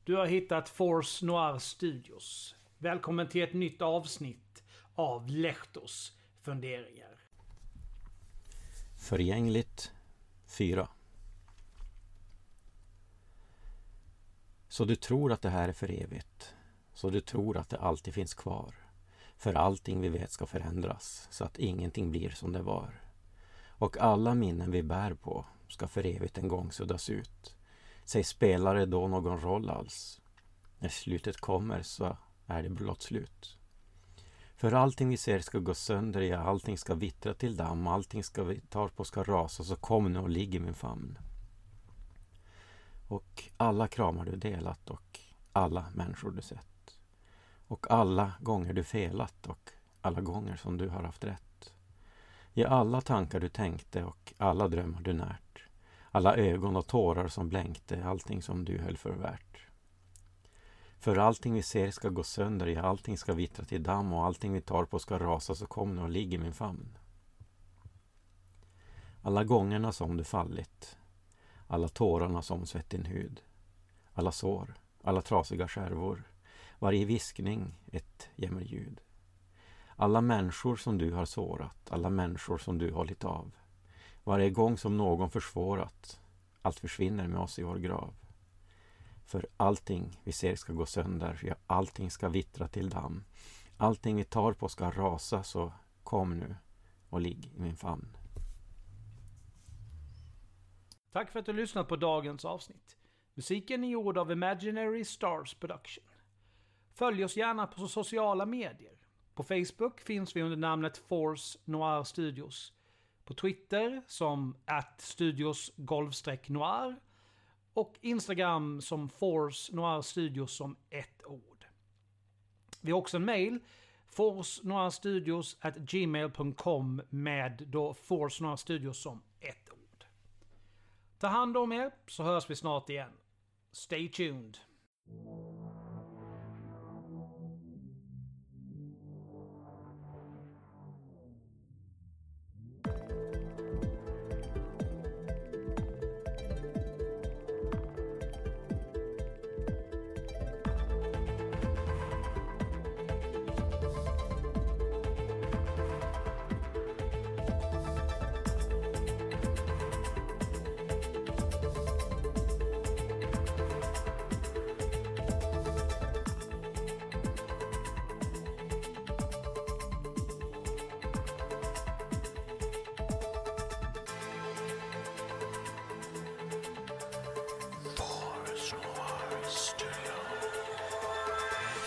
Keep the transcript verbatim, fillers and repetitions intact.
Du har hittat Force Noir Studios. Välkommen till ett nytt avsnitt av Lehtos funderingar. Förgängligt fyra. Så du tror att det här är för evigt. Så du tror att det alltid finns kvar. För allting vi vet ska förändras så att ingenting blir som det var. Och alla minnen vi bär på ska för evigt en gång suddas ut. Säg, spelar det då någon roll alls? När slutet kommer så är det blott slut. För allting vi ser ska gå sönder, ja, allting ska vittra till damm, allting ska vi tar på ska rasa, så kom nu och ligg i min famn. Och alla kramar du delat och alla människor du sett. Och alla gånger du felat och alla gånger som du har haft rätt. Ja, alla tankar du tänkte och alla drömmar du närt. Alla ögon och tårar som blänkte, allting som du höll för värt. För allting vi ser ska gå sönder, ja, allting ska vittra till damm och allting vi tar på ska rasa, så kom nu och ligg i min famn. Alla gångerna som du fallit, alla tårarna som svett din hud, alla sår, alla trasiga skärvor, varje viskning ett jämmerljud. Alla människor som du har sårat, alla människor som du hållit av. Varje gång som någon försvårat, allt försvinner med oss i vår grav. För allting vi ser ska gå sönder, ja, allting ska vittra till damm. Allting vi tar på ska rasa, så kom nu och ligg i min famn. Tack för att du lyssnat på dagens avsnitt. Musiken är gjord av Imaginary Stars Production. Följ oss gärna på sociala medier. På Facebook finns vi under namnet Force Noir Studios. På Twitter som at studios golvstreck noir. Och Instagram som Force Noir Studios som ett ord. Vi har också en mail, force noir studios at gmail dot com, med då Force Noir Studios som ett ord. Ta hand om er, så hörs vi snart igen. Stay tuned.